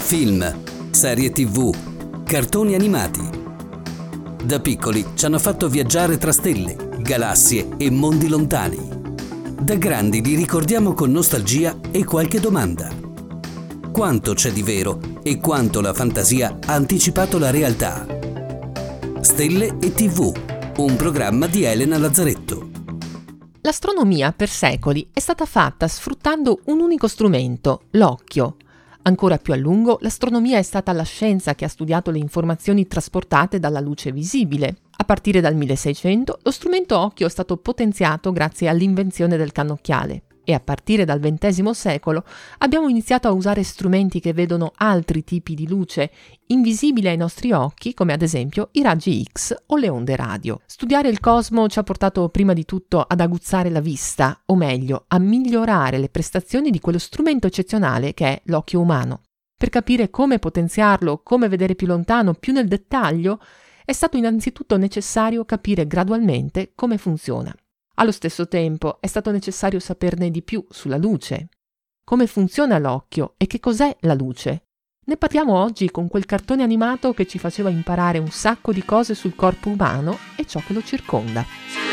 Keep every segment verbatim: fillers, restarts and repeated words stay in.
Film, serie tivù, cartoni animati. Da piccoli ci hanno fatto viaggiare tra stelle, galassie e mondi lontani. Da grandi li ricordiamo con nostalgia e qualche domanda. Quanto c'è di vero e quanto la fantasia ha anticipato la realtà? Stelle e tivù, un programma di Elena Lazzaretto. L'astronomia per secoli è stata fatta sfruttando un unico strumento, l'occhio. Ancora più a lungo, l'astronomia è stata la scienza che ha studiato le informazioni trasportate dalla luce visibile. A partire dal milleseicento, lo strumento occhio è stato potenziato grazie all'invenzione del cannocchiale. E a partire dal ventesimo secolo abbiamo iniziato a usare strumenti che vedono altri tipi di luce, invisibili ai nostri occhi, come ad esempio i raggi X o le onde radio. Studiare il cosmo ci ha portato prima di tutto ad aguzzare la vista, o meglio, a migliorare le prestazioni di quello strumento eccezionale che è l'occhio umano. Per capire come potenziarlo, come vedere più lontano, più nel dettaglio, è stato innanzitutto necessario capire gradualmente come funziona. Allo stesso tempo è stato necessario saperne di più sulla luce. Come funziona l'occhio e che cos'è la luce? Ne parliamo oggi con quel cartone animato che ci faceva imparare un sacco di cose sul corpo umano e ciò che lo circonda.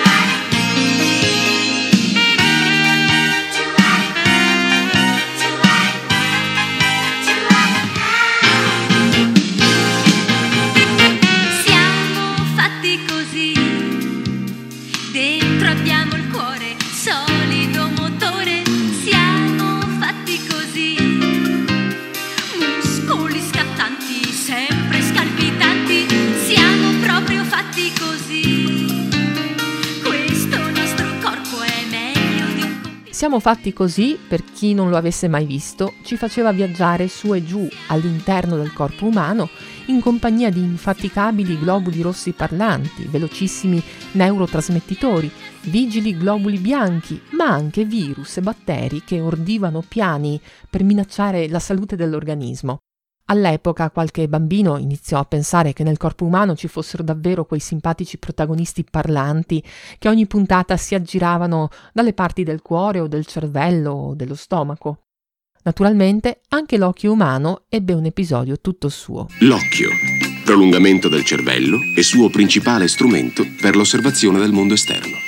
Siamo fatti così, per chi non lo avesse mai visto, ci faceva viaggiare su e giù all'interno del corpo umano in compagnia di infaticabili globuli rossi parlanti, velocissimi neurotrasmettitori, vigili globuli bianchi, ma anche virus e batteri che ordivano piani per minacciare la salute dell'organismo. All'epoca qualche bambino iniziò a pensare che nel corpo umano ci fossero davvero quei simpatici protagonisti parlanti che ogni puntata si aggiravano dalle parti del cuore o del cervello o dello stomaco. Naturalmente anche l'occhio umano ebbe un episodio tutto suo. L'occhio, prolungamento del cervello e suo principale strumento per l'osservazione del mondo esterno.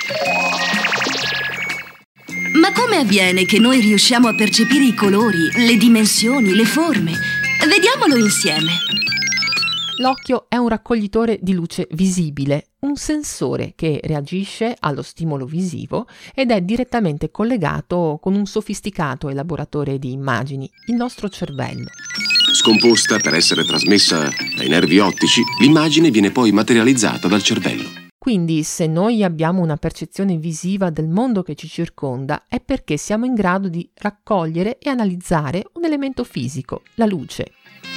Ma come avviene che noi riusciamo a percepire i colori, le dimensioni, le forme? Vediamolo insieme. L'occhio è un raccoglitore di luce visibile, un sensore che reagisce allo stimolo visivo ed è direttamente collegato con un sofisticato elaboratore di immagini, il nostro cervello. Scomposta per essere trasmessa dai nervi ottici, l'immagine viene poi materializzata dal cervello. Quindi, se noi abbiamo una percezione visiva del mondo che ci circonda, è perché siamo in grado di raccogliere e analizzare un elemento fisico, la luce.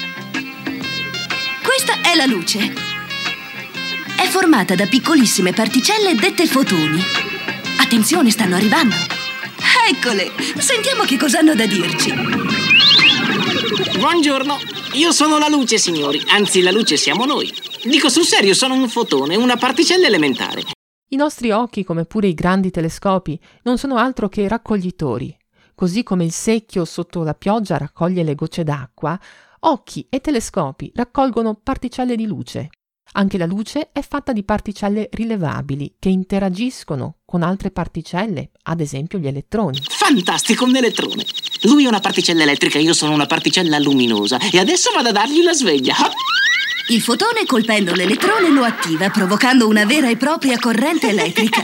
Questa è la luce. È formata da piccolissime particelle dette fotoni. Attenzione, stanno arrivando. Eccole, sentiamo che cosa hanno da dirci. Buongiorno, io sono la luce, signori. Anzi, la luce siamo noi. Dico sul serio, sono un fotone, una particella elementare. I nostri occhi, come pure i grandi telescopi, non sono altro che raccoglitori. Così come il secchio sotto la pioggia raccoglie le gocce d'acqua, occhi e telescopi raccolgono particelle di luce. Anche la luce è fatta di particelle rilevabili che interagiscono con altre particelle, ad esempio gli elettroni. Fantastico, un elettrone! Lui è una particella elettrica, io sono una particella luminosa e adesso vado a dargli la sveglia. Il fotone, colpendo l'elettrone, lo attiva, provocando una vera e propria corrente elettrica.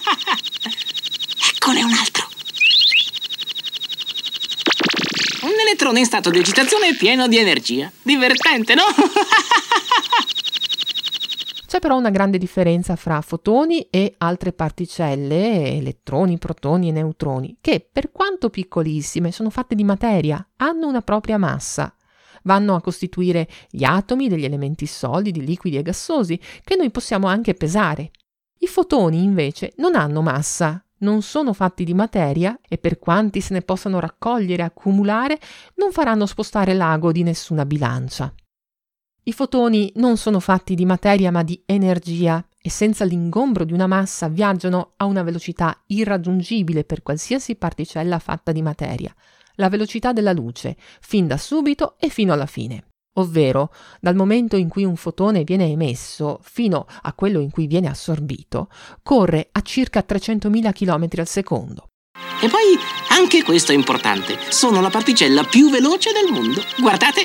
Eccone un altro. Un elettrone in stato di agitazione e pieno di energia. Divertente, no? C'è però una grande differenza fra fotoni e altre particelle, elettroni, protoni e neutroni, che per quanto piccolissime sono fatte di materia, hanno una propria massa. Vanno a costituire gli atomi degli elementi solidi, liquidi e gassosi, che noi possiamo anche pesare. I fotoni, invece, non hanno massa, non sono fatti di materia e per quanti se ne possano raccogliere e accumulare, non faranno spostare l'ago di nessuna bilancia. I fotoni non sono fatti di materia ma di energia e senza l'ingombro di una massa viaggiano a una velocità irraggiungibile per qualsiasi particella fatta di materia. la velocità della luce, fin da subito e fino alla fine. Ovvero, dal momento in cui un fotone viene emesso fino a quello in cui viene assorbito, corre a circa trecentomila chilometri al secondo. E poi, anche questo è importante, sono la particella più veloce del mondo. Guardate!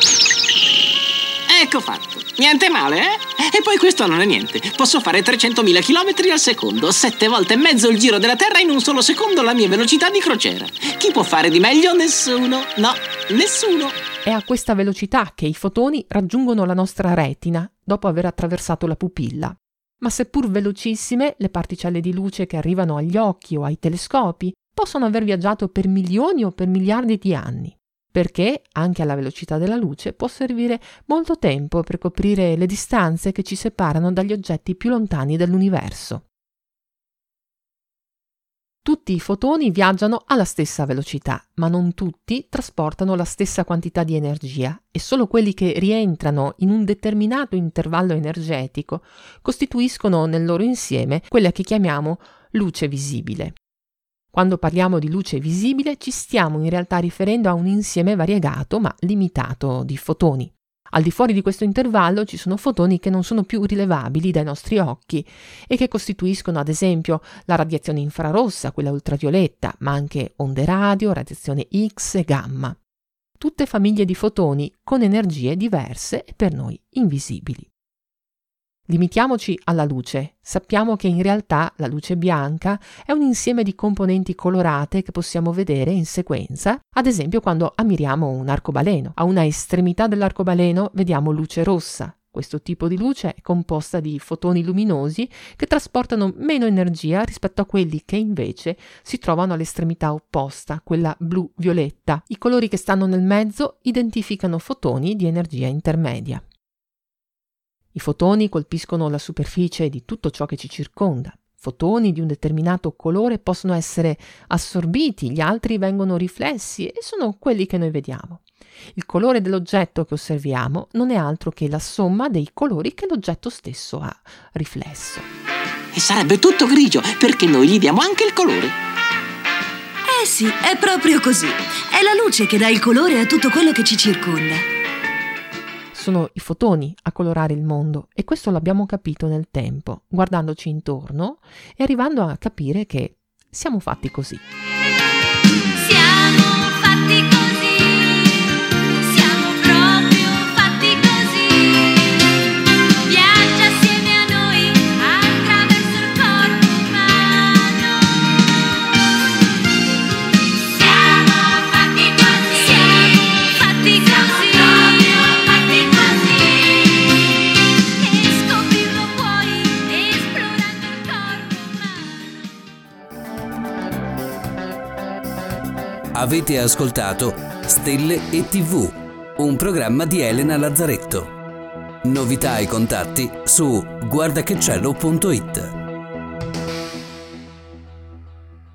Ecco fatto. Niente male, eh? E poi questo non è niente. Posso fare trecentomila chilometri al secondo, sette volte e mezzo il giro della Terra in un solo secondo, la mia velocità di crociera. Chi può fare di meglio? Nessuno. No, nessuno. È a questa velocità che i fotoni raggiungono la nostra retina dopo aver attraversato la pupilla. Ma seppur velocissime, le particelle di luce che arrivano agli occhi o ai telescopi possono aver viaggiato per milioni o per miliardi di anni, perché anche alla velocità della luce può servire molto tempo per coprire le distanze che ci separano dagli oggetti più lontani dell'universo. Tutti i fotoni viaggiano alla stessa velocità, ma non tutti trasportano la stessa quantità di energia e solo quelli che rientrano in un determinato intervallo energetico costituiscono nel loro insieme quella che chiamiamo luce visibile. Quando parliamo di luce visibile ci stiamo in realtà riferendo a un insieme variegato ma limitato di fotoni. Al di fuori di questo intervallo ci sono fotoni che non sono più rilevabili dai nostri occhi e che costituiscono ad esempio la radiazione infrarossa, quella ultravioletta, ma anche onde radio, radiazione X e gamma. Tutte famiglie di fotoni con energie diverse e per noi invisibili. Limitiamoci alla luce. Sappiamo che in realtà la luce bianca è un insieme di componenti colorate che possiamo vedere in sequenza, ad esempio quando ammiriamo un arcobaleno. A una estremità dell'arcobaleno vediamo luce rossa. Questo tipo di luce è composta di fotoni luminosi che trasportano meno energia rispetto a quelli che invece si trovano all'estremità opposta, quella blu-violetta. I colori che stanno nel mezzo identificano fotoni di energia intermedia. I fotoni colpiscono la superficie di tutto ciò che ci circonda. Fotoni di un determinato colore possono essere assorbiti, gli altri vengono riflessi e sono quelli che noi vediamo. Il colore dell'oggetto che osserviamo non è altro che la somma dei colori che l'oggetto stesso ha riflesso. E sarebbe tutto grigio, perché noi gli diamo anche il colore. Eh sì, è proprio così. È la luce che dà il colore a tutto quello che ci circonda. Sono i fotoni a colorare il mondo e questo l'abbiamo capito nel tempo, guardandoci intorno e arrivando a capire che siamo fatti così. Siamo fatti così, siamo proprio fatti così. Viaggia assieme a noi attraverso il corpo umano. Siamo fatti così, siamo fatti così. Avete ascoltato Stelle e tivù, un programma di Elena Lazzaretto. Novità e contatti su guardachecielo punto it.